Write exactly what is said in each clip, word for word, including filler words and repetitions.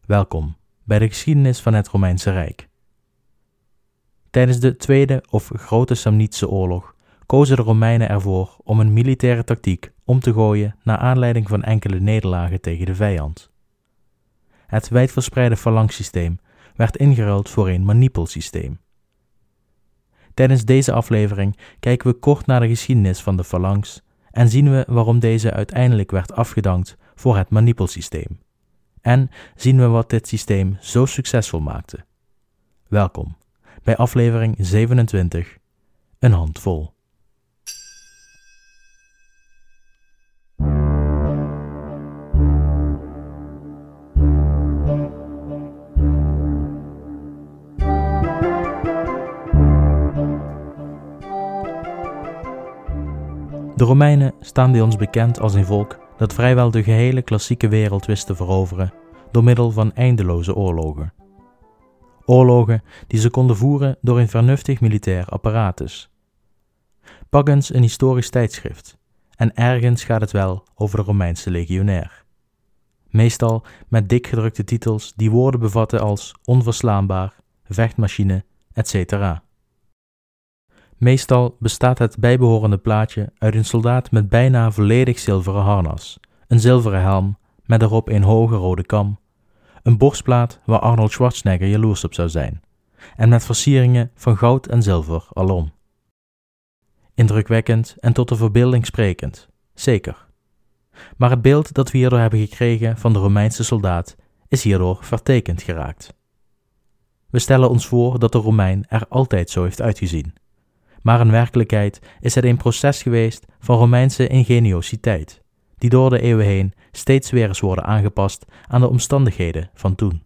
Welkom bij de geschiedenis van het Romeinse Rijk. Tijdens de Tweede of Grote Samnitische Oorlog kozen de Romeinen ervoor om een militaire tactiek om te gooien naar aanleiding van enkele nederlagen tegen de vijand. Het wijdverspreide phalanxsysteem werd ingeruild voor een manipelsysteem. Tijdens deze aflevering kijken we kort naar de geschiedenis van de phalanx en zien we waarom deze uiteindelijk werd afgedankt voor het manipelsysteem. En zien we wat dit systeem zo succesvol maakte. Welkom bij aflevering zevenentwintig, een handvol. De Romeinen staan bij ons bekend als een volk dat vrijwel de gehele klassieke wereld wist te veroveren door middel van eindeloze oorlogen. Oorlogen die ze konden voeren door een vernuftig militair apparatus. Pak eens een historisch tijdschrift en ergens gaat het wel over de Romeinse legionair. Meestal met dik gedrukte titels die woorden bevatten als onverslaanbaar, vechtmachine, et cetera. Meestal bestaat het bijbehorende plaatje uit een soldaat met bijna volledig zilveren harnas, een zilveren helm met erop een hoge rode kam, een borstplaat waar Arnold Schwarzenegger jaloers op zou zijn, en met versieringen van goud en zilver alom. Indrukwekkend en tot de verbeelding sprekend, zeker. Maar het beeld dat we hierdoor hebben gekregen van de Romeinse soldaat is hierdoor vertekend geraakt. We stellen ons voor dat de Romein er altijd zo heeft uitgezien. Maar in werkelijkheid is het een proces geweest van Romeinse ingeniositeit, die door de eeuwen heen steeds weer eens worden aangepast aan de omstandigheden van toen.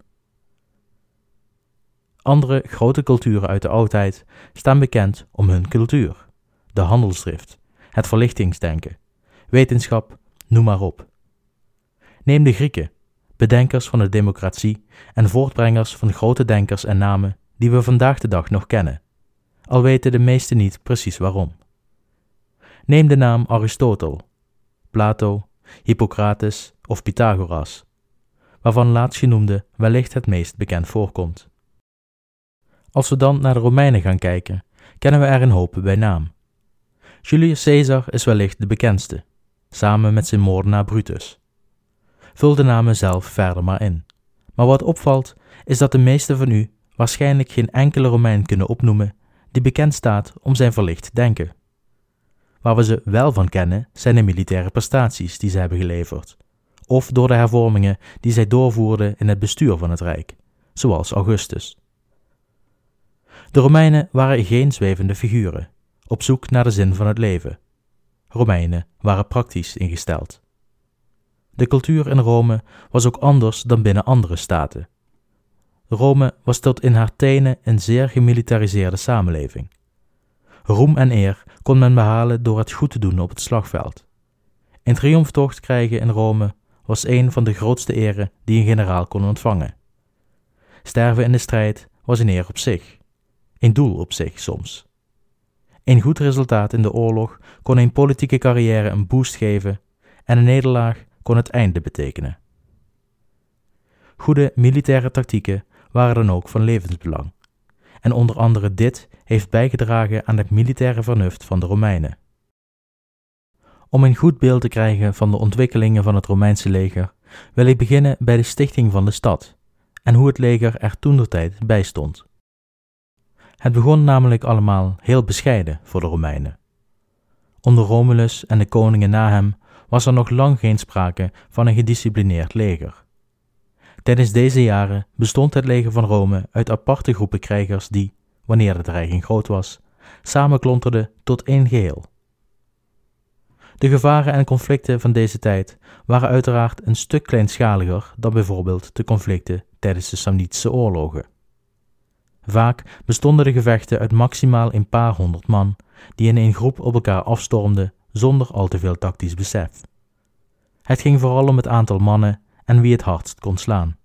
Andere grote culturen uit de oudheid staan bekend om hun cultuur, de handelsdrift, het verlichtingsdenken, wetenschap, noem maar op. Neem de Grieken, bedenkers van de democratie en voortbrengers van grote denkers en namen die we vandaag de dag nog kennen. Al weten de meesten niet precies waarom. Neem de naam Aristotel, Plato, Hippocrates of Pythagoras, waarvan laatstgenoemde wellicht het meest bekend voorkomt. Als we dan naar de Romeinen gaan kijken, kennen we er een hoop bij naam. Julius Caesar is wellicht de bekendste, samen met zijn moordenaar Brutus. Vul de namen zelf verder maar in. Maar wat opvalt, is dat de meesten van u waarschijnlijk geen enkele Romein kunnen opnoemen die bekend staat om zijn verlicht denken. Waar we ze wel van kennen, zijn de militaire prestaties die ze hebben geleverd, of door de hervormingen die zij doorvoerden in het bestuur van het Rijk, zoals Augustus. De Romeinen waren geen zwevende figuren, op zoek naar de zin van het leven. Romeinen waren praktisch ingesteld. De cultuur in Rome was ook anders dan binnen andere staten. Rome was tot in haar tenen een zeer gemilitariseerde samenleving. Roem en eer kon men behalen door het goed te doen op het slagveld. Een triomftocht krijgen in Rome was een van de grootste eren die een generaal kon ontvangen. Sterven in de strijd was een eer op zich, een doel op zich soms. Een goed resultaat in de oorlog kon een politieke carrière een boost geven en een nederlaag kon het einde betekenen. Goede militaire tactieken waren dan ook van levensbelang. En onder andere dit heeft bijgedragen aan het militaire vernuft van de Romeinen. Om een goed beeld te krijgen van de ontwikkelingen van het Romeinse leger, wil ik beginnen bij de stichting van de stad en hoe het leger er toentertijd bij stond. Het begon namelijk allemaal heel bescheiden voor de Romeinen. Onder Romulus en de koningen na hem was er nog lang geen sprake van een gedisciplineerd leger. Tijdens deze jaren bestond het leger van Rome uit aparte groepen krijgers die, wanneer de dreiging groot was, samenklonterden tot één geheel. De gevaren en conflicten van deze tijd waren uiteraard een stuk kleinschaliger dan bijvoorbeeld de conflicten tijdens de Samnitische oorlogen. Vaak bestonden de gevechten uit maximaal een paar honderd man die in een groep op elkaar afstormden zonder al te veel tactisch besef. Het ging vooral om het aantal mannen en wie het hardst kon slaan.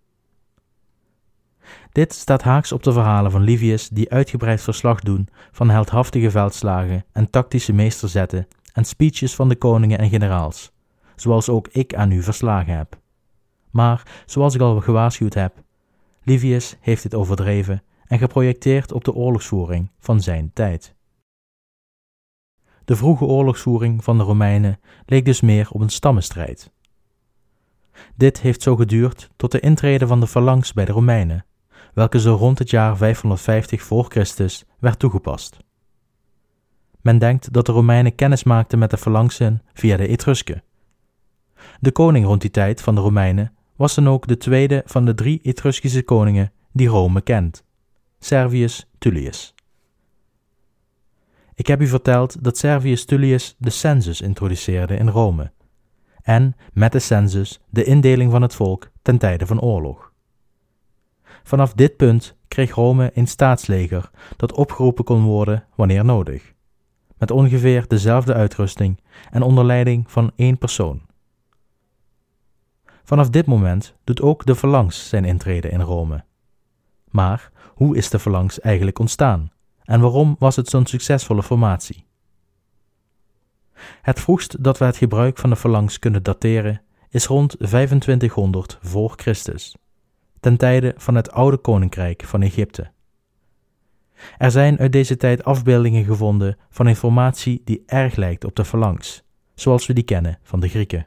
Dit staat haaks op de verhalen van Livius die uitgebreid verslag doen van heldhaftige veldslagen en tactische meesterzetten en speeches van de koningen en generaals, zoals ook ik aan u verslagen heb. maar, zoals ik al gewaarschuwd heb, Livius heeft dit overdreven en geprojecteerd op de oorlogsvoering van zijn tijd. De vroege oorlogsvoering van de Romeinen leek dus meer op een stammenstrijd. Dit heeft zo geduurd tot de intrede van de phalanx bij de Romeinen, welke zo rond het jaar vijfhonderdvijftig voor Christus werd toegepast. Men denkt dat de Romeinen kennis maakten met de phalanxen via de Etrusken. De koning rond die tijd van de Romeinen was dan ook de tweede van de drie Etruskische koningen die Rome kent, Servius Tullius. Ik heb u verteld dat Servius Tullius de census introduceerde in Rome en met de census de indeling van het volk ten tijde van oorlog. Vanaf dit punt kreeg Rome een staatsleger dat opgeroepen kon worden wanneer nodig, met ongeveer dezelfde uitrusting en onder leiding van één persoon. Vanaf dit moment doet ook de phalanx zijn intrede in Rome. Maar hoe is de phalanx eigenlijk ontstaan en waarom was het zo'n succesvolle formatie? Het vroegst dat we het gebruik van de phalanx kunnen dateren is rond vijfentwintighonderd voor Christus, ten tijde van het oude koninkrijk van Egypte. Er zijn uit deze tijd afbeeldingen gevonden van een formatie die erg lijkt op de phalanx, zoals we die kennen van de Grieken.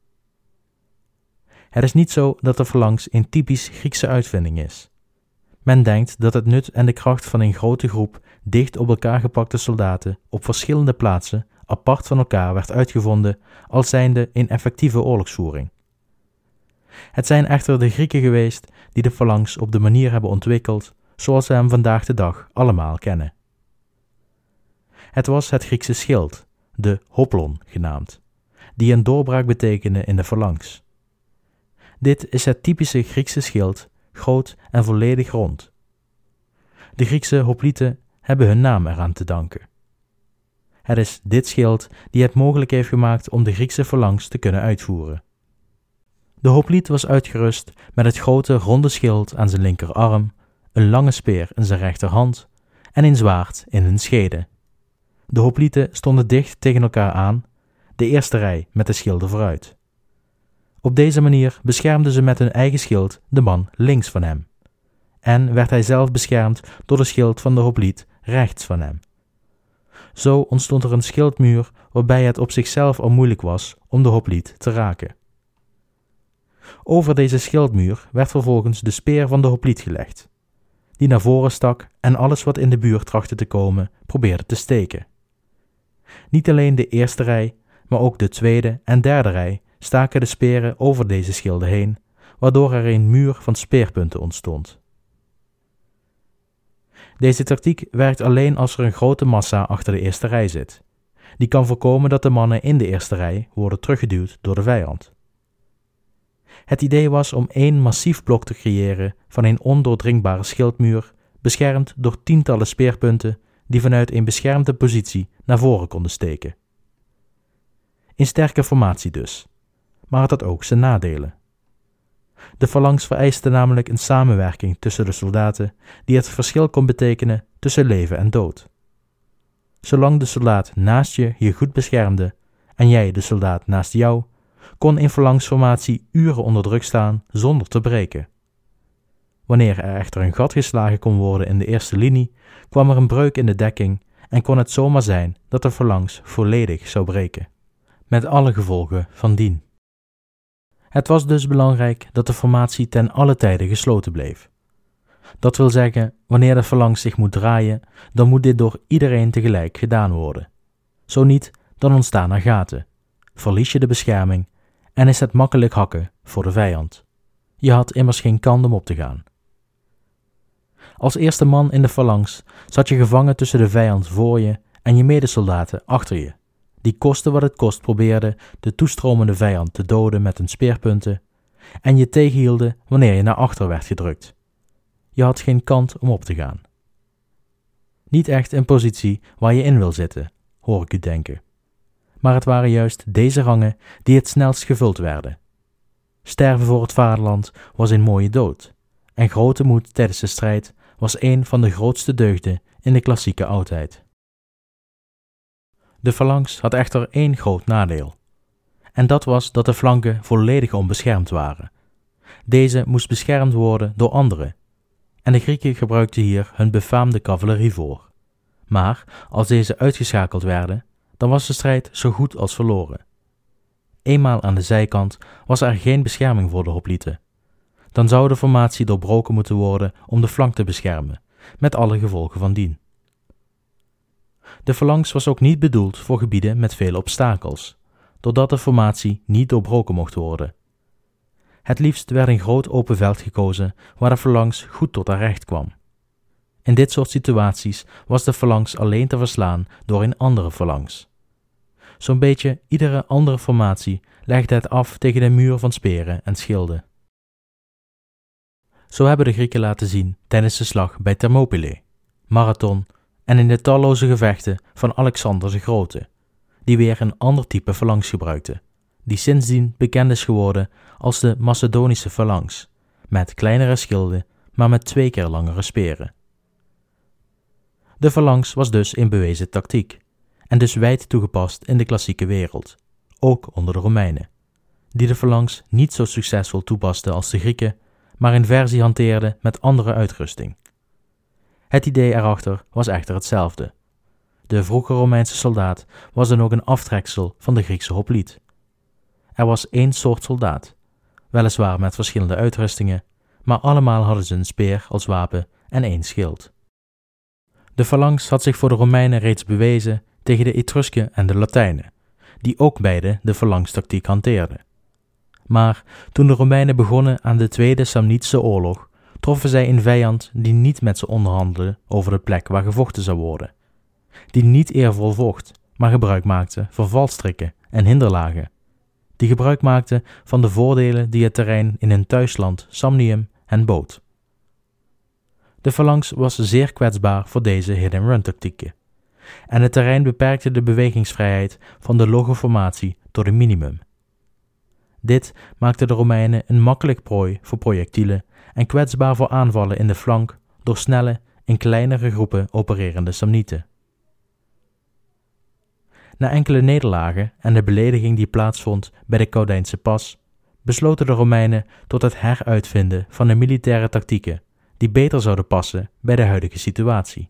Het is niet zo dat de phalanx een typisch Griekse uitvinding is. Men denkt dat het nut en de kracht van een grote groep dicht op elkaar gepakte soldaten op verschillende plaatsen apart van elkaar werd uitgevonden als zijnde een effectieve oorlogsvoering. Het zijn echter de Grieken geweest die de phalanx op de manier hebben ontwikkeld zoals we hem vandaag de dag allemaal kennen. Het was het Griekse schild, de hoplon genaamd, die een doorbraak betekende in de phalanx. Dit is het typische Griekse schild, groot en volledig rond. De Griekse hoplieten hebben hun naam eraan te danken. Het is dit schild die het mogelijk heeft gemaakt om de Griekse phalanx te kunnen uitvoeren. De hopliet was uitgerust met het grote ronde schild aan zijn linkerarm, een lange speer in zijn rechterhand en een zwaard in hun schede. De hoplieten stonden dicht tegen elkaar aan, de eerste rij met de schilden vooruit. Op deze manier beschermden ze met hun eigen schild de man links van hem, en werd hij zelf beschermd door de schild van de hopliet rechts van hem. Zo ontstond er een schildmuur waarbij het op zichzelf al moeilijk was om de hopliet te raken. Over deze schildmuur werd vervolgens de speer van de hopliet gelegd, die naar voren stak en alles wat in de buurt trachtte te komen probeerde te steken. Niet alleen de eerste rij, maar ook de tweede en derde rij staken de speren over deze schilden heen, waardoor er een muur van speerpunten ontstond. Deze tactiek werkt alleen als er een grote massa achter de eerste rij zit. Die kan voorkomen dat de mannen in de eerste rij worden teruggeduwd door de vijand. Het idee was om één massief blok te creëren van een ondoordringbare schildmuur, beschermd door tientallen speerpunten die vanuit een beschermde positie naar voren konden steken. Een sterke formatie dus, maar het had ook zijn nadelen. De phalanx vereiste namelijk een samenwerking tussen de soldaten die het verschil kon betekenen tussen leven en dood. Zolang de soldaat naast je je goed beschermde en jij de soldaat naast jou, kon een phalanxformatie uren onder druk staan zonder te breken. Wanneer er echter een gat geslagen kon worden in de eerste linie, kwam er een breuk in de dekking en kon het zomaar zijn dat de phalanx volledig zou breken, met alle gevolgen van dien. Het was dus belangrijk dat de formatie ten alle tijde gesloten bleef. Dat wil zeggen, wanneer de phalanx zich moet draaien, dan moet dit door iedereen tegelijk gedaan worden. Zo niet, dan ontstaan er gaten, verlies je de bescherming en is het makkelijk hakken voor de vijand. Je had immers geen kant om op te gaan. Als eerste man in de phalanx zat je gevangen tussen de vijand voor je en je medesoldaten achter je, die koste wat het kost probeerden de toestromende vijand te doden met hun speerpunten en je tegenhielden wanneer je naar achter werd gedrukt. Je had geen kant om op te gaan. Niet echt een positie waar je in wil zitten, hoor ik u denken. Maar het waren juist deze rangen die het snelst gevuld werden. Sterven voor het vaderland was een mooie dood, en grote moed tijdens de strijd was een van de grootste deugden in de klassieke oudheid. De phalanx had echter één groot nadeel, en dat was dat de flanken volledig onbeschermd waren, Deze moest beschermd worden door anderen. En de Grieken gebruikten hier hun befaamde cavalerie voor. Maar als deze uitgeschakeld werden, dan was de strijd zo goed als verloren. Eenmaal aan de zijkant was er geen bescherming voor de hoplieten. Dan zou de formatie doorbroken moeten worden om de flank te beschermen, met alle gevolgen van dien. De phalanx was ook niet bedoeld voor gebieden met veel obstakels, doordat de formatie niet doorbroken mocht worden. Het liefst werd een groot open veld gekozen waar de phalanx goed tot haar recht kwam. In dit soort situaties was de phalanx alleen te verslaan door een andere phalanx. Zo'n beetje iedere andere formatie legde het af tegen de muur van speren en schilden. Zo hebben de Grieken laten zien tijdens de slag bij Thermopylae, Marathon en in de talloze gevechten van Alexander de Grote, die weer een ander type phalanx gebruikte, die sindsdien bekend is geworden als de Macedonische phalanx, met kleinere schilden, maar met twee keer langere speren. De phalanx was dus een bewezen tactiek, en dus wijd toegepast in de klassieke wereld, ook onder de Romeinen, die de phalanx niet zo succesvol toepasten als de Grieken, maar een versie hanteerden met andere uitrusting. Het idee erachter was echter hetzelfde. De vroege Romeinse soldaat was dan ook een aftreksel van de Griekse hopliet. Er was één soort soldaat, weliswaar met verschillende uitrustingen, maar allemaal hadden ze een speer als wapen en één schild. De phalanx had zich voor de Romeinen reeds bewezen tegen de Etrusken en de Latijnen, die ook beide de phalanxtactiek hanteerden. Maar toen de Romeinen begonnen aan de Tweede Samnitische Oorlog, troffen zij een vijand die niet met ze onderhandelde over de plek waar gevochten zou worden, die niet eervol vocht, maar gebruik maakte van valstrikken en hinderlagen, die gebruik maakte van de voordelen die het terrein in hun thuisland Samnium hen bood. De phalanx was zeer kwetsbaar voor deze hit-and-run tactieken, en het terrein beperkte de bewegingsvrijheid van de logoformatie tot een minimum. Dit maakte de Romeinen een makkelijk prooi voor projectielen en kwetsbaar voor aanvallen in de flank door snelle, in kleinere groepen opererende Samnieten. Na enkele nederlagen en de belediging die plaatsvond bij de Caudijnse Pas, besloten de Romeinen tot het heruitvinden van de militaire tactieken die beter zouden passen bij de huidige situatie.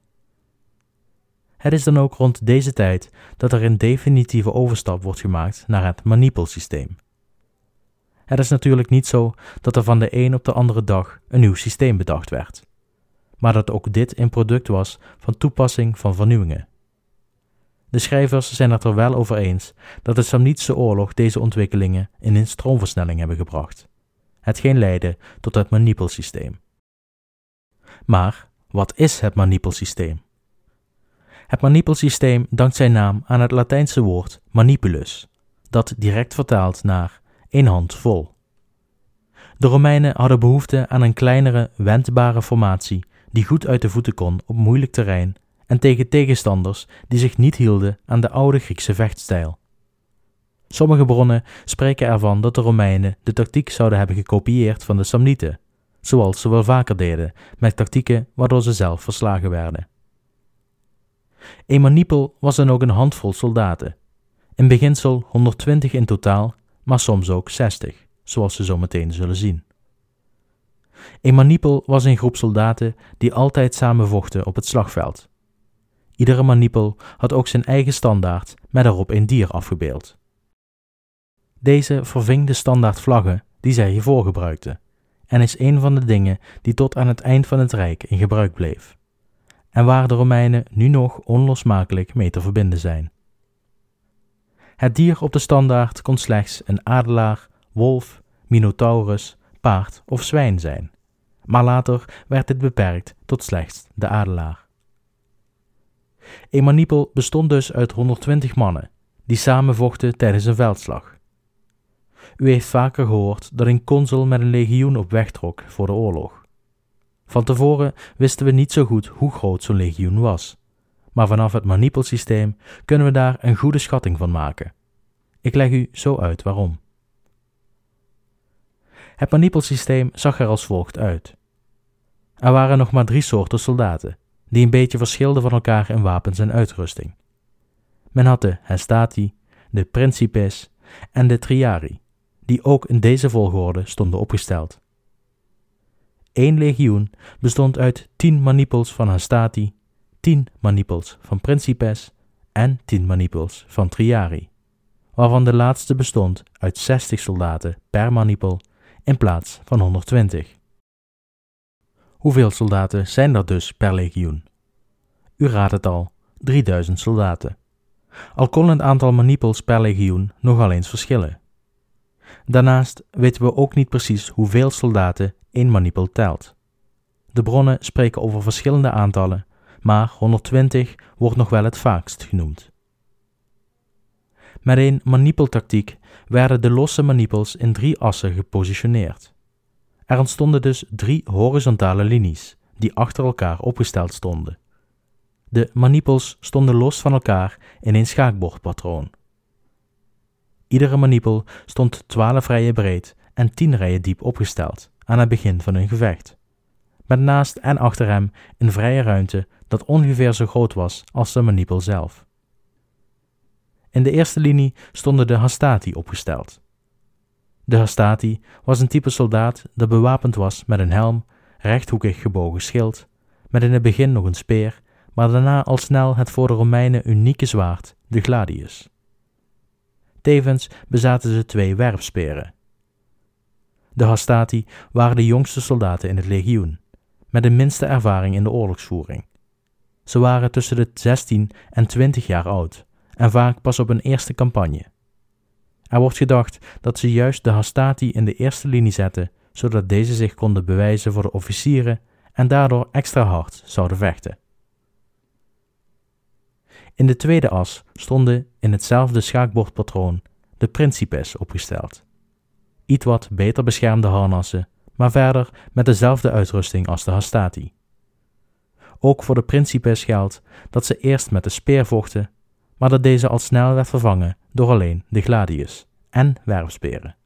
Het is dan ook rond deze tijd dat er een definitieve overstap wordt gemaakt naar het manipelsysteem. Het is natuurlijk niet zo dat er van de een op de andere dag een nieuw systeem bedacht werd, maar dat ook dit een product was van toepassing van vernieuwingen. De schrijvers zijn het er wel over eens dat de Samnitische oorlog deze ontwikkelingen in een stroomversnelling hebben gebracht, hetgeen leidde tot het manipelsysteem. Maar wat is het manipelsysteem? Het manipelsysteem dankt zijn naam aan het Latijnse woord manipulus, dat direct vertaalt naar een hand vol. De Romeinen hadden behoefte aan een kleinere, wendbare formatie die goed uit de voeten kon op moeilijk terrein en tegen tegenstanders die zich niet hielden aan de oude Griekse vechtstijl. Sommige bronnen spreken ervan dat de Romeinen de tactiek zouden hebben gekopieerd van de Samnieten, zoals ze wel vaker deden met tactieken waardoor ze zelf verslagen werden. Een manipel was dan ook een handvol soldaten, in beginsel honderdtwintig in totaal, maar soms ook zestig, zoals we zo meteen zullen zien. Een manipel was een groep soldaten die altijd samen vochten op het slagveld. Iedere manipel had ook zijn eigen standaard met erop een dier afgebeeld. Deze verving de standaard vlaggen die zij hiervoor gebruikten en is een van de dingen die tot aan het eind van het Rijk in gebruik bleef en waar de Romeinen nu nog onlosmakelijk mee te verbinden zijn. Het dier op de standaard kon slechts een adelaar, wolf, minotaurus, paard of zwijn zijn, maar later werd dit beperkt tot slechts de adelaar. Een manipel bestond dus uit honderdtwintig mannen, die samen vochten tijdens een veldslag. U heeft vaker gehoord dat een consul met een legioen op weg trok voor de oorlog. Van tevoren wisten we niet zo goed hoe groot zo'n legioen was, maar vanaf het manipelsysteem kunnen we daar een goede schatting van maken. Ik leg u zo uit waarom. Het manipelsysteem zag er als volgt uit. Er waren nog maar drie soorten soldaten, die een beetje verschilden van elkaar in wapens en uitrusting. Men had de Hastati, de Principes en de Triarii, die ook in deze volgorde stonden opgesteld. één legioen bestond uit tien manipels van Hastati, tien manipels van Principes en tien manipels van Triarii, waarvan de laatste bestond uit zestig soldaten per manipel in plaats van honderdtwintig. Hoeveel soldaten zijn er dus per legioen? U raadt het al, drieduizend soldaten. Al kon het aantal manipels per legioen nogal eens verschillen. Daarnaast weten we ook niet precies hoeveel soldaten één manipel telt. De bronnen spreken over verschillende aantallen, maar honderdtwintig wordt nog wel het vaakst genoemd. Met een manipeltactiek werden de losse manipels in drie assen gepositioneerd. Er ontstonden dus drie horizontale linies, die achter elkaar opgesteld stonden. De manipels stonden los van elkaar in een schaakbordpatroon. Iedere manipel stond twaalf rijen breed en tien rijen diep opgesteld aan het begin van een gevecht, met naast en achter hem een vrije ruimte dat ongeveer zo groot was als de manipel zelf. In de eerste linie stonden de Hastati opgesteld. De Hastati was een type soldaat dat bewapend was met een helm, rechthoekig gebogen schild, met in het begin nog een speer, maar daarna al snel het voor de Romeinen unieke zwaard, de gladius. Tevens bezaten ze twee werpsperen. De Hastati waren de jongste soldaten in het legioen, met de minste ervaring in de oorlogsvoering. Ze waren tussen de zestien en twintig jaar oud en vaak pas op hun eerste campagne. Er wordt gedacht dat ze juist de Hastati in de eerste linie zetten, zodat deze zich konden bewijzen voor de officieren en daardoor extra hard zouden vechten. In de tweede as stonden in hetzelfde schaakbordpatroon de Principes opgesteld. Iets wat beter beschermde harnassen, maar verder met dezelfde uitrusting als de Hastati. Ook voor de Principes geldt dat ze eerst met de speer vochten, maar dat deze al snel werd vervangen door alleen de gladius en werpsperen.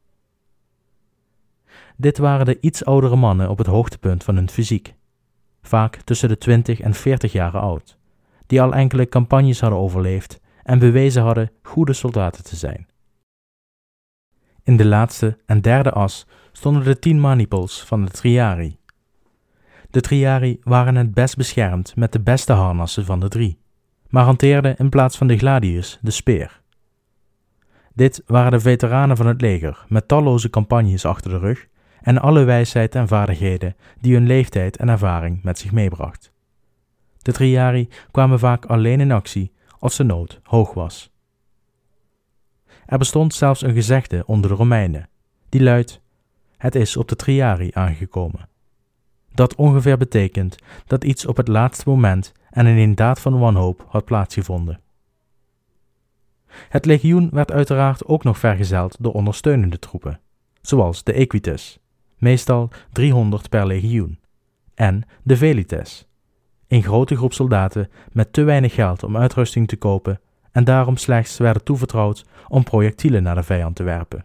Dit waren de iets oudere mannen op het hoogtepunt van hun fysiek, vaak tussen de twintig en veertig jaar oud, die al enkele campagnes hadden overleefd en bewezen hadden goede soldaten te zijn. In de laatste en derde as stonden de tien manipels van de Triarii. De Triarii waren het best beschermd met de beste harnassen van de drie, maar hanteerden in plaats van de gladius de speer. Dit waren de veteranen van het leger met talloze campagnes achter de rug en alle wijsheid en vaardigheden die hun leeftijd en ervaring met zich meebracht. De Triarii kwamen vaak alleen in actie als de nood hoog was. Er bestond zelfs een gezegde onder de Romeinen, die luidt: het is op de Triarii aangekomen. Dat ongeveer betekent dat iets op het laatste moment en in een daad van wanhoop had plaatsgevonden. Het legioen werd uiteraard ook nog vergezeld door ondersteunende troepen, zoals de Equites, meestal driehonderd per legioen, en de Velites, een grote groep soldaten met te weinig geld om uitrusting te kopen en daarom slechts werden toevertrouwd om projectielen naar de vijand te werpen.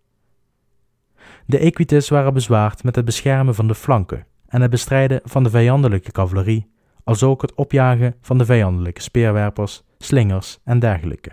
De Equites waren bezwaard met het beschermen van de flanken en het bestrijden van de vijandelijke cavalerie, alsook het opjagen van de vijandelijke speerwerpers, slingers en dergelijke.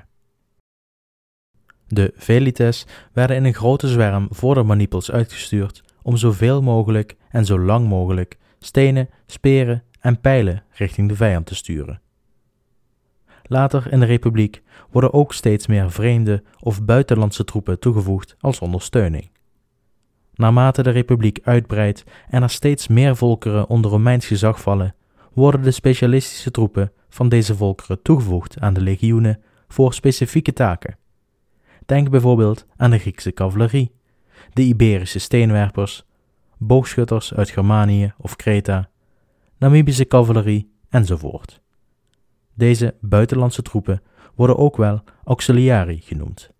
De Velites werden in een grote zwerm voor de manipels uitgestuurd om zoveel mogelijk en zo lang mogelijk stenen, speren en pijlen richting de vijand te sturen. Later in de Republiek worden ook steeds meer vreemde of buitenlandse troepen toegevoegd als ondersteuning. Naarmate de Republiek uitbreidt en er steeds meer volkeren onder Romeins gezag vallen, worden de specialistische troepen van deze volkeren toegevoegd aan de legioenen voor specifieke taken. Denk bijvoorbeeld aan de Griekse cavalerie, de Iberische steenwerpers, boogschutters uit Germanië of Kreta, Namibische cavalerie enzovoort. Deze buitenlandse troepen worden ook wel auxiliarii genoemd.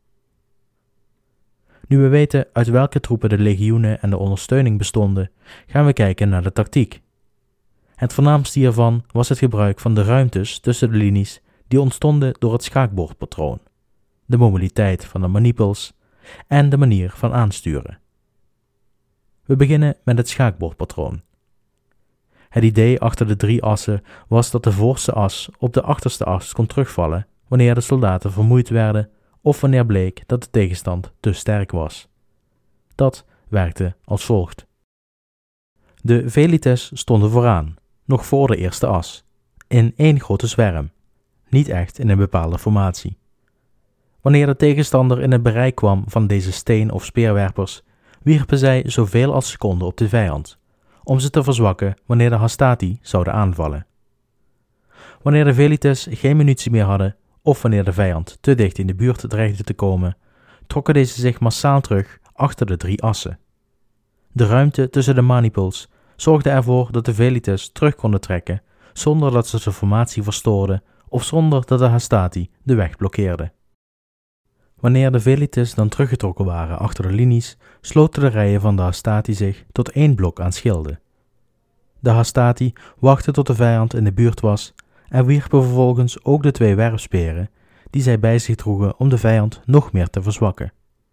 Nu we weten uit welke troepen de legioenen en de ondersteuning bestonden, gaan we kijken naar de tactiek. Het voornaamste hiervan was het gebruik van de ruimtes tussen de linies die ontstonden door het schaakbordpatroon, de mobiliteit van de manipels en de manier van aansturen. We beginnen met het schaakbordpatroon. Het idee achter de drie assen was dat de voorste as op de achterste as kon terugvallen wanneer de soldaten vermoeid werden of wanneer bleek dat de tegenstand te sterk was. Dat werkte als volgt. De velites stonden vooraan, nog voor de eerste as, in één grote zwerm, niet echt in een bepaalde formatie. Wanneer de tegenstander in het bereik kwam van deze steen- of speerwerpers, wierpen zij zoveel als ze konden op de vijand, om ze te verzwakken wanneer de Hastati zouden aanvallen. Wanneer de velites geen munitie meer hadden, of wanneer de vijand te dicht in de buurt dreigde te komen, trokken deze zich massaal terug achter de drie assen. De ruimte tussen de manipels zorgde ervoor dat de velites terug konden trekken, zonder dat ze de formatie verstoorden of zonder dat de Hastati de weg blokkeerden. Wanneer de velites dan teruggetrokken waren achter de linies, sloten de rijen van de Hastati zich tot één blok aan schilden. De Hastati wachtten tot de vijand in de buurt was en wierpen vervolgens ook de twee werpsperen die zij bij zich droegen om de vijand nog meer te verzwakken.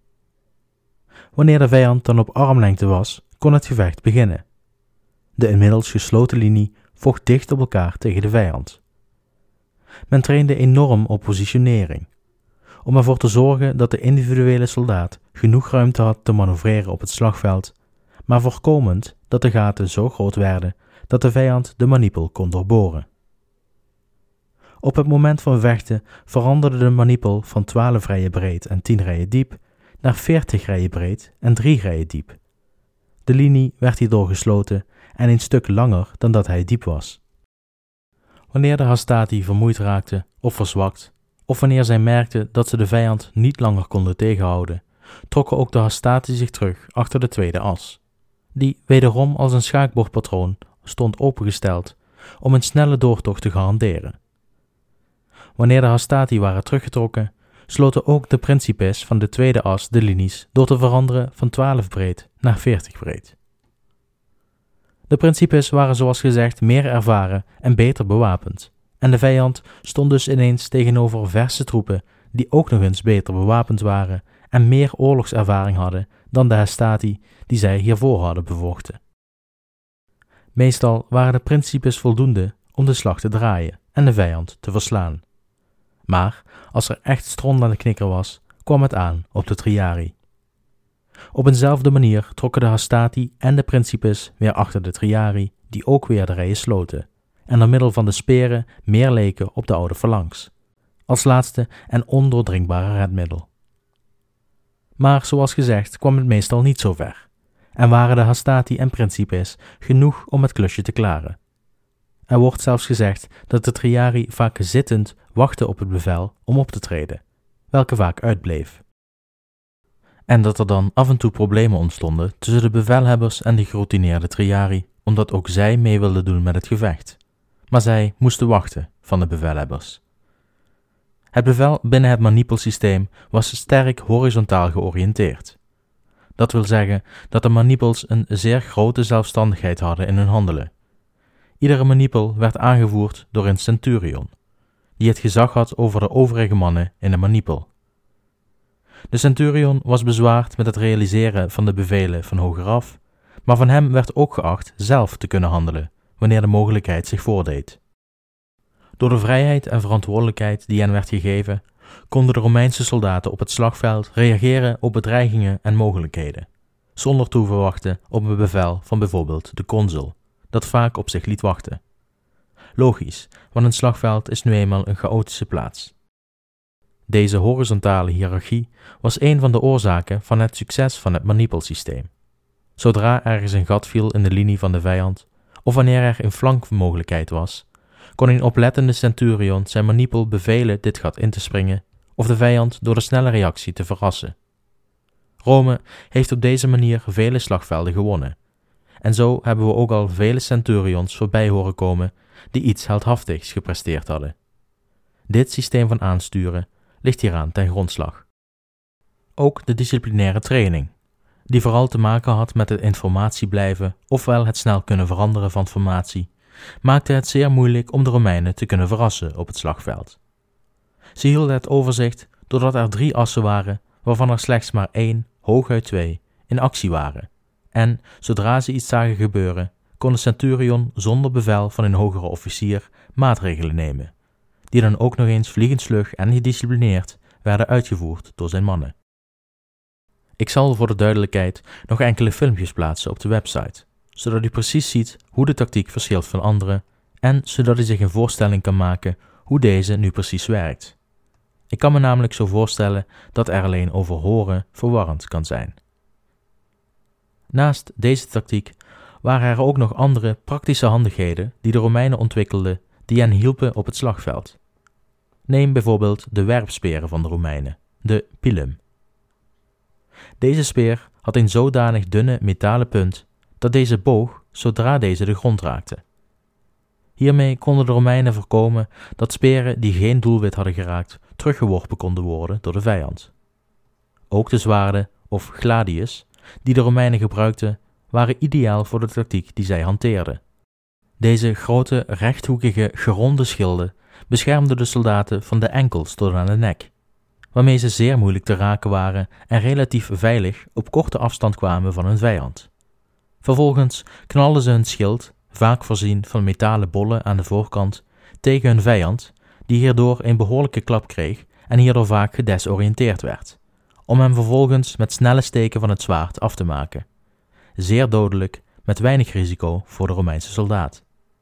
Wanneer de vijand dan op armlengte was, kon het gevecht beginnen. De inmiddels gesloten linie vocht dicht op elkaar tegen de vijand. Men trainde enorm op positionering, om ervoor te zorgen dat de individuele soldaat genoeg ruimte had te manoeuvreren op het slagveld, maar voorkomend dat de gaten zo groot werden dat de vijand de manipel kon doorboren. Op het moment van vechten veranderde de manipel van twaalf rijen breed en tien rijen diep naar veertig rijen breed en drie rijen diep. De linie werd hierdoor gesloten en een stuk langer dan dat hij diep was. Wanneer de Hastati vermoeid raakten of verzwakt, of wanneer zij merkten dat ze de vijand niet langer konden tegenhouden, trokken ook de Hastati zich terug achter de tweede as, die wederom als een schaakbordpatroon stond opengesteld om een snelle doortocht te garanderen. Wanneer de Hastati waren teruggetrokken, sloten ook de principes van de tweede as de linies door te veranderen van twaalf breed naar veertig breed. De principes waren zoals gezegd meer ervaren en beter bewapend, en de vijand stond dus ineens tegenover verse troepen die ook nog eens beter bewapend waren en meer oorlogservaring hadden dan de Hastati die zij hiervoor hadden bevochten. Meestal waren de principes voldoende om de slag te draaien en de vijand te verslaan. Maar als er echt stront aan de knikker was, kwam het aan op de triari. Op eenzelfde manier trokken de Hastati en de principes weer achter de triari, die ook weer de rijen sloten, en door middel van de speren meer leken op de oude phalanx, als laatste en ondoordringbare redmiddel. Maar zoals gezegd kwam het meestal niet zo ver, en waren de Hastati en principes genoeg om het klusje te klaren. Er wordt zelfs gezegd dat de triari vaak zittend wachtten op het bevel om op te treden, welke vaak uitbleef. En dat er dan af en toe problemen ontstonden tussen de bevelhebbers en de geroutineerde triari, omdat ook zij mee wilden doen met het gevecht. Maar zij moesten wachten van de bevelhebbers. Het bevel binnen het manipelsysteem was sterk horizontaal georiënteerd. Dat wil zeggen dat de manipels een zeer grote zelfstandigheid hadden in hun handelen. Iedere manipel werd aangevoerd door een centurion, die het gezag had over de overige mannen in de manipel. De centurion was bezwaard met het realiseren van de bevelen van hogeraf, maar van hem werd ook geacht zelf te kunnen handelen, wanneer de mogelijkheid zich voordeed. Door de vrijheid en verantwoordelijkheid die hen werd gegeven, konden de Romeinse soldaten op het slagveld reageren op bedreigingen en mogelijkheden, zonder te hoeven wachten op een bevel van bijvoorbeeld de consul, dat vaak op zich liet wachten. Logisch, want een slagveld is nu eenmaal een chaotische plaats. Deze horizontale hiërarchie was een van de oorzaken van het succes van het manipelsysteem. Zodra ergens een gat viel in de linie van de vijand, of wanneer er een flankmogelijkheid was, kon een oplettende centurion zijn manipel bevelen dit gat in te springen of de vijand door de snelle reactie te verrassen. Rome heeft op deze manier vele slagvelden gewonnen, en zo hebben we ook al vele centurions voorbij horen komen die iets heldhaftigs gepresteerd hadden. Dit systeem van aansturen ligt hieraan ten grondslag. Ook de disciplinaire training, die vooral te maken had met het informatie blijven ofwel het snel kunnen veranderen van formatie, maakte het zeer moeilijk om de Romeinen te kunnen verrassen op het slagveld. Ze hielden het overzicht doordat er drie assen waren, waarvan er slechts maar één, hooguit twee, in actie waren, en, zodra ze iets zagen gebeuren, kon de centurion zonder bevel van een hogere officier maatregelen nemen, die dan ook nog eens vliegensvlug en gedisciplineerd werden uitgevoerd door zijn mannen. Ik zal voor de duidelijkheid nog enkele filmpjes plaatsen op de website, zodat u precies ziet hoe de tactiek verschilt van andere en zodat u zich een voorstelling kan maken hoe deze nu precies werkt. Ik kan me namelijk zo voorstellen dat er alleen over horen verwarrend kan zijn. Naast deze tactiek waren er ook nog andere praktische handigheden die de Romeinen ontwikkelden die hen hielpen op het slagveld. Neem bijvoorbeeld de werpsperen van de Romeinen, de pilum. Deze speer had een zodanig dunne metalen punt dat deze boog zodra deze de grond raakte. Hiermee konden de Romeinen voorkomen dat speren die geen doelwit hadden geraakt teruggeworpen konden worden door de vijand. Ook de zwaarden of gladius die de Romeinen gebruikten waren ideaal voor de tactiek die zij hanteerden. Deze grote rechthoekige geronde schilden beschermden de soldaten van de enkels tot aan de nek, waarmee ze zeer moeilijk te raken waren en relatief veilig op korte afstand kwamen van hun vijand. Vervolgens knalden ze hun schild, vaak voorzien van metalen bollen aan de voorkant, tegen hun vijand, die hierdoor een behoorlijke klap kreeg en hierdoor vaak gedesoriënteerd werd, om hem vervolgens met snelle steken van het zwaard af te maken. Zeer dodelijk, met weinig risico voor de Romeinse soldaat.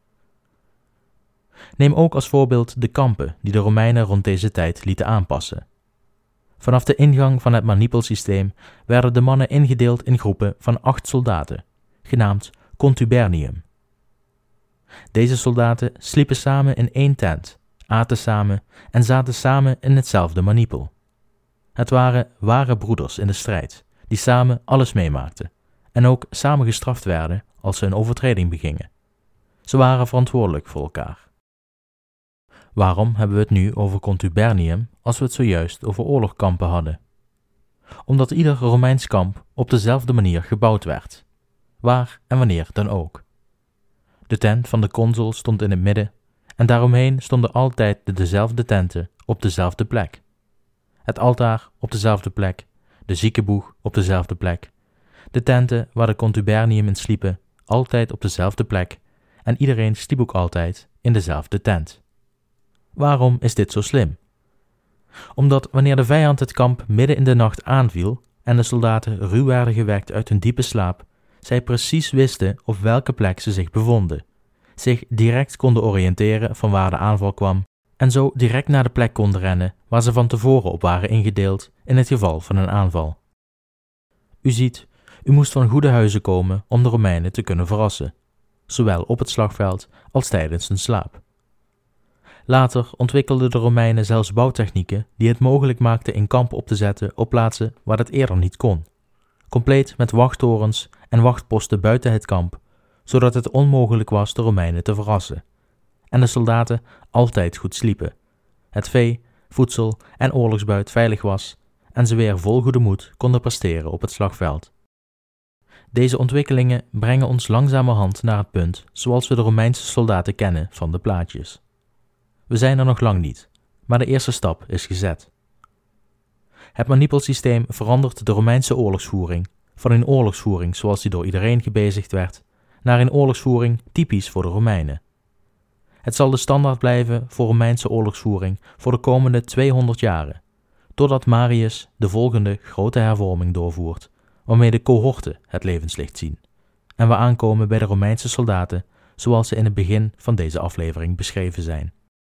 Neem ook als voorbeeld de kampen die de Romeinen rond deze tijd lieten aanpassen. Vanaf de ingang van het manipelsysteem werden de mannen ingedeeld in groepen van acht soldaten, genaamd contubernium. Deze soldaten sliepen samen in één tent, aten samen en zaten samen in hetzelfde manipel. Het waren ware broeders in de strijd, die samen alles meemaakten en ook samen gestraft werden als ze een overtreding begingen. Ze waren verantwoordelijk voor elkaar. Waarom hebben we het nu over contubernium als we het zojuist over oorlogkampen hadden? Omdat ieder Romeins kamp op dezelfde manier gebouwd werd, waar en wanneer dan ook. De tent van de consul stond in het midden en daaromheen stonden altijd de dezelfde tenten op dezelfde plek. Het altaar op dezelfde plek, de ziekenboeg op dezelfde plek, de tenten waar de contubernium in sliepen altijd op dezelfde plek en iedereen sliep ook altijd in dezelfde tent. Waarom is dit zo slim? Omdat wanneer de vijand het kamp midden in de nacht aanviel en de soldaten ruw werden gewekt uit hun diepe slaap, zij precies wisten op welke plek ze zich bevonden, zich direct konden oriënteren van waar de aanval kwam en zo direct naar de plek konden rennen waar ze van tevoren op waren ingedeeld in het geval van een aanval. U ziet, u moest van goede huizen komen om de Romeinen te kunnen verrassen, zowel op het slagveld als tijdens hun slaap. Later ontwikkelden de Romeinen zelfs bouwtechnieken die het mogelijk maakten in kampen op te zetten op plaatsen waar het eerder niet kon, compleet met wachttorens en wachtposten buiten het kamp, zodat het onmogelijk was de Romeinen te verrassen, en de soldaten altijd goed sliepen, het vee, voedsel en oorlogsbuit veilig was en ze weer vol goede moed konden presteren op het slagveld. Deze ontwikkelingen brengen ons langzamerhand naar het punt zoals we de Romeinse soldaten kennen van de plaatjes. We zijn er nog lang niet, maar de eerste stap is gezet. Het manipelsysteem verandert de Romeinse oorlogsvoering van een oorlogsvoering zoals die door iedereen gebezigd werd, naar een oorlogsvoering typisch voor de Romeinen. Het zal de standaard blijven voor Romeinse oorlogsvoering voor de komende tweehonderd jaren, totdat Marius de volgende grote hervorming doorvoert, waarmee de cohorten het levenslicht zien, en we aankomen bij de Romeinse soldaten zoals ze in het begin van deze aflevering beschreven zijn.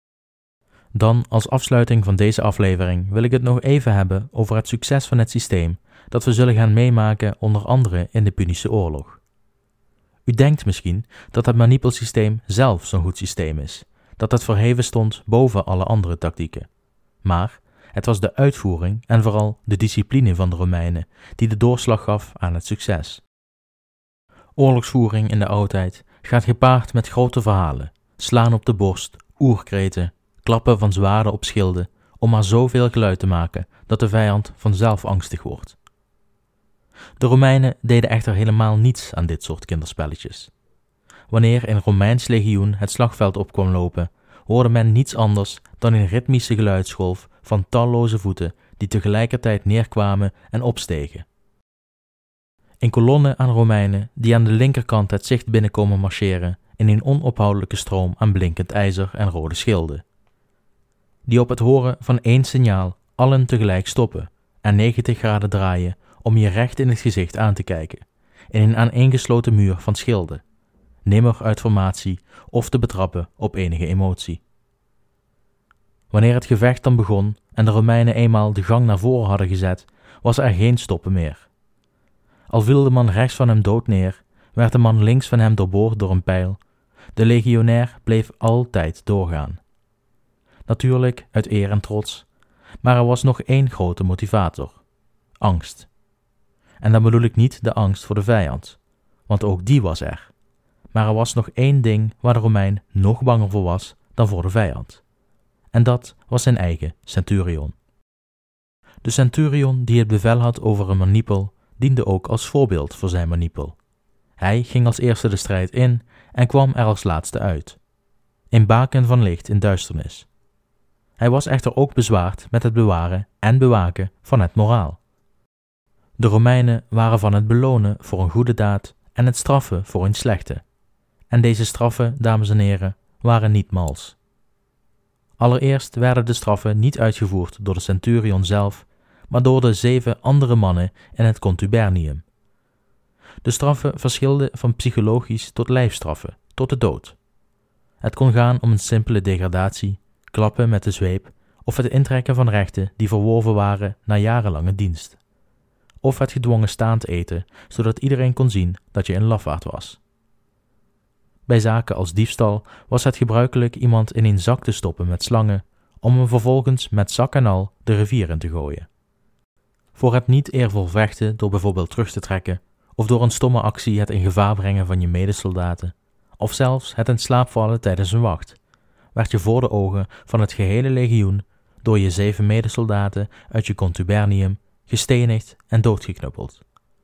Dan als afsluiting van deze aflevering wil ik het nog even hebben over het succes van het systeem dat we zullen gaan meemaken onder andere in de Punische oorlog. U denkt misschien dat het manipelsysteem zelf zo'n goed systeem is, dat het verheven stond boven alle andere tactieken. Maar het was de uitvoering en vooral de discipline van de Romeinen die de doorslag gaf aan het succes. Oorlogsvoering in de oudheid gaat gepaard met grote verhalen, slaan op de borst, oerkreten, klappen van zwaarden op schilden, om maar zoveel geluid te maken dat de vijand vanzelf angstig wordt. De Romeinen deden echter helemaal niets aan dit soort kinderspelletjes. Wanneer een Romeins legioen het slagveld op kwam lopen, hoorde men niets anders dan een ritmische geluidsgolf van talloze voeten die tegelijkertijd neerkwamen en opstegen. Een kolonne aan Romeinen die aan de linkerkant het zicht binnenkomen marcheren in een onophoudelijke stroom aan blinkend ijzer en rode schilden. Die op het horen van één signaal allen tegelijk stoppen en negentig graden draaien om je recht in het gezicht aan te kijken, in een aaneengesloten muur van schilden, nimmer uit formatie of te betrappen op enige emotie. Wanneer het gevecht dan begon en de Romeinen eenmaal de gang naar voren hadden gezet, was er geen stoppen meer. Al viel de man rechts van hem dood neer, werd de man links van hem doorboord door een pijl. De legionair bleef altijd doorgaan. Natuurlijk uit eer en trots, maar er was nog één grote motivator: angst. En dan bedoel ik niet de angst voor de vijand, want ook die was er. Maar er was nog één ding waar de Romein nog banger voor was dan voor de vijand. En dat was zijn eigen centurion. De centurion die het bevel had over een manipel, diende ook als voorbeeld voor zijn manipel. Hij ging als eerste de strijd in en kwam er als laatste uit. Een baken van licht in duisternis. Hij was echter ook bezwaard met het bewaren en bewaken van het moraal. De Romeinen waren van het belonen voor een goede daad en het straffen voor een slechte. En deze straffen, dames en heren, waren niet mals. Allereerst werden de straffen niet uitgevoerd door de centurion zelf, maar door de zeven andere mannen in het contubernium. De straffen verschilden van psychologisch tot lijfstraffen, tot de dood. Het kon gaan om een simpele degradatie, klappen met de zweep, of het intrekken van rechten die verworven waren na jarenlange dienst. Of het gedwongen staand eten, zodat iedereen kon zien dat je een lafaard was. Bij zaken als diefstal was het gebruikelijk iemand in een zak te stoppen met slangen, om hem vervolgens met zak en al de rivier in te gooien. Voor het niet eervol vechten door bijvoorbeeld terug te trekken, of door een stomme actie het in gevaar brengen van je medesoldaten, of zelfs het in slaap vallen tijdens een wacht, werd je voor de ogen van het gehele legioen door je zeven medesoldaten uit je contubernium gestenigd en doodgeknuppeld.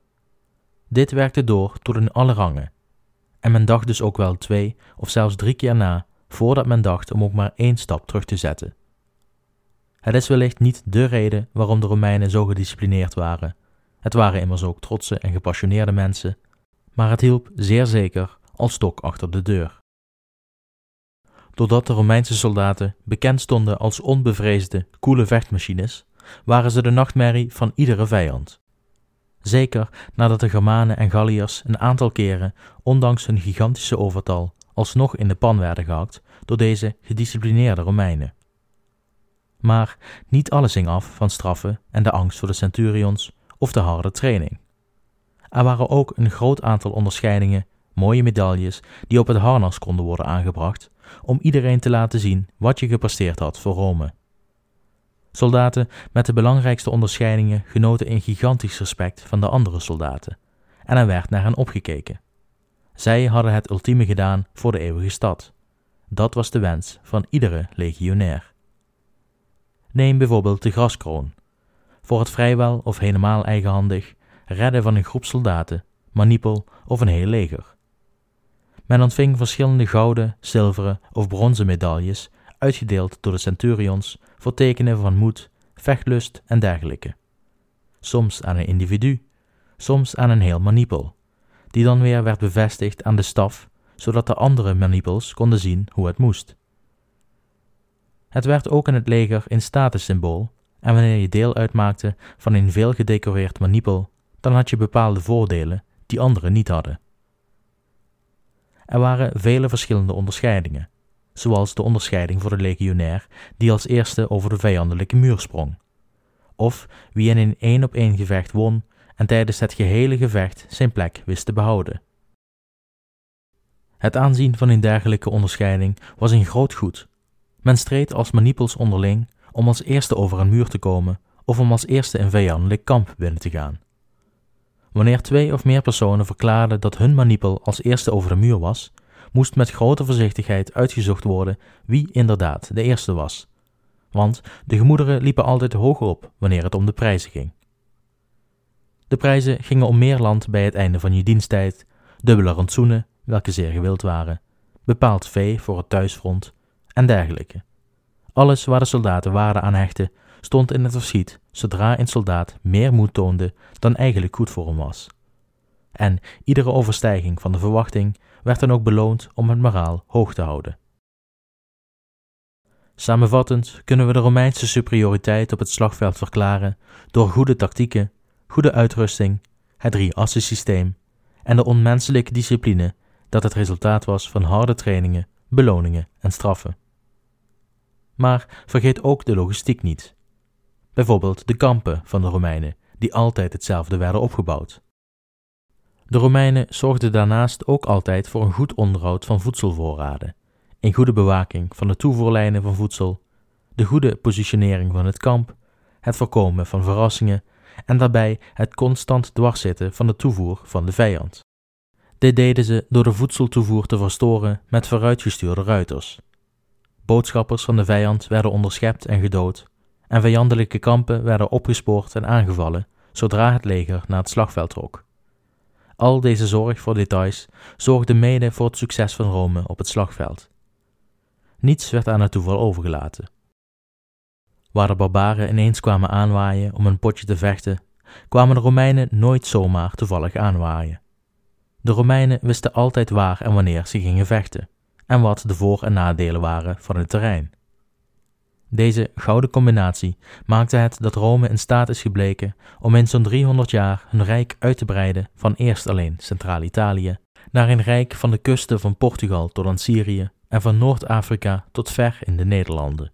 Dit werkte door tot in alle rangen, en men dacht dus ook wel twee of zelfs drie keer na voordat men dacht om ook maar één stap terug te zetten. Het is wellicht niet de reden waarom de Romeinen zo gedisciplineerd waren. Het waren immers ook trotse en gepassioneerde mensen, maar het hielp zeer zeker als stok achter de deur. Doordat de Romeinse soldaten bekend stonden als onbevreesde, koele vechtmachines, waren ze de nachtmerrie van iedere vijand. Zeker nadat de Germanen en Galliërs een aantal keren, ondanks hun gigantische overtal, alsnog in de pan werden gehakt door deze gedisciplineerde Romeinen. Maar niet alles hing af van straffen en de angst voor de centurions of de harde training. Er waren ook een groot aantal onderscheidingen, mooie medailles die op het harnas konden worden aangebracht, om iedereen te laten zien wat je gepresteerd had voor Rome. Soldaten met de belangrijkste onderscheidingen genoten een gigantisch respect van de andere soldaten, en er werd naar hen opgekeken. Zij hadden het ultieme gedaan voor de eeuwige stad. Dat was de wens van iedere legionair. Neem bijvoorbeeld de graskroon. Voor het vrijwel of helemaal eigenhandig redden van een groep soldaten, manipel of een heel leger. Men ontving verschillende gouden, zilveren of bronzen medailles, uitgedeeld door de centurions voor tekenen van moed, vechtlust en dergelijke. Soms aan een individu, soms aan een heel manipel, die dan weer werd bevestigd aan de staf, zodat de andere manipels konden zien hoe het moest. Het werd ook in het leger een statussymbool, en wanneer je deel uitmaakte van een veel gedecoreerd manipel, dan had je bepaalde voordelen die anderen niet hadden. Er waren vele verschillende onderscheidingen, zoals de onderscheiding voor de legionair die als eerste over de vijandelijke muur sprong, of wie in een één-op-één gevecht won en tijdens het gehele gevecht zijn plek wist te behouden. Het aanzien van een dergelijke onderscheiding was een groot goed. Men streed als manipels onderling om als eerste over een muur te komen of om als eerste een vijandelijk kamp binnen te gaan. Wanneer twee of meer personen verklaarden dat hun manipel als eerste over de muur was, moest met grote voorzichtigheid uitgezocht worden wie inderdaad de eerste was, want de gemoederen liepen altijd hoog op wanneer het om de prijzen ging. De prijzen gingen om meer land bij het einde van je diensttijd, dubbele rantsoenen, welke zeer gewild waren, bepaald vee voor het thuisfront en dergelijke. Alles waar de soldaten waarde aan hechten, stond in het verschiet zodra een soldaat meer moed toonde dan eigenlijk goed voor hem was. En iedere overstijging van de verwachting werd dan ook beloond om het moraal hoog te houden. Samenvattend kunnen we de Romeinse superioriteit op het slagveld verklaren door goede tactieken, goede uitrusting, het drie-assen systeem en de onmenselijke discipline dat het resultaat was van harde trainingen, beloningen en straffen. Maar vergeet ook de logistiek niet. Bijvoorbeeld de kampen van de Romeinen, die altijd hetzelfde werden opgebouwd. De Romeinen zorgden daarnaast ook altijd voor een goed onderhoud van voedselvoorraden, een goede bewaking van de toevoerlijnen van voedsel, de goede positionering van het kamp, het voorkomen van verrassingen en daarbij het constant dwarszitten van de toevoer van de vijand. Dit deden ze door de voedseltoevoer te verstoren met vooruitgestuurde ruiters. Boodschappers van de vijand werden onderschept en gedood, en vijandelijke kampen werden opgespoord en aangevallen zodra het leger naar het slagveld trok. Al deze zorg voor details zorgde mede voor het succes van Rome op het slagveld. Niets werd aan het toeval overgelaten. Waar de barbaren ineens kwamen aanwaaien om een potje te vechten, kwamen de Romeinen nooit zomaar toevallig aanwaaien. De Romeinen wisten altijd waar en wanneer ze gingen vechten, en wat de voor- en nadelen waren van het terrein. Deze gouden combinatie maakte het dat Rome in staat is gebleken om in zo'n driehonderd jaar hun rijk uit te breiden van eerst alleen Centraal-Italië naar een rijk van de kusten van Portugal tot aan Syrië en van Noord-Afrika tot ver in de Nederlanden.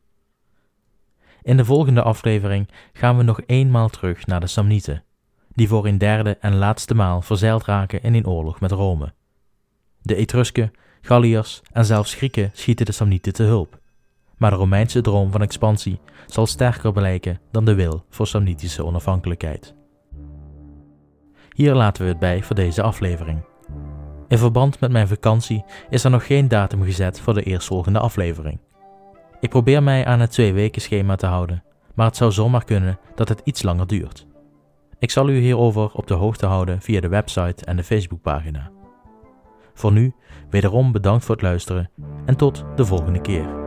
In de volgende aflevering gaan we nog eenmaal terug naar de Samnieten, die voor een derde en laatste maal verzeild raken in een oorlog met Rome. De Etrusken, Galliërs en zelfs Grieken schieten de Samnieten te hulp. Maar de Romeinse droom van expansie zal sterker blijken dan de wil voor Samnitische onafhankelijkheid. Hier laten we het bij voor deze aflevering. In verband met mijn vakantie is er nog geen datum gezet voor de eerstvolgende aflevering. Ik probeer mij aan het twee weken schema te houden, maar het zou zomaar kunnen dat het iets langer duurt. Ik zal u hierover op de hoogte houden via de website en de Facebookpagina. Voor nu, wederom bedankt voor het luisteren en tot de volgende keer.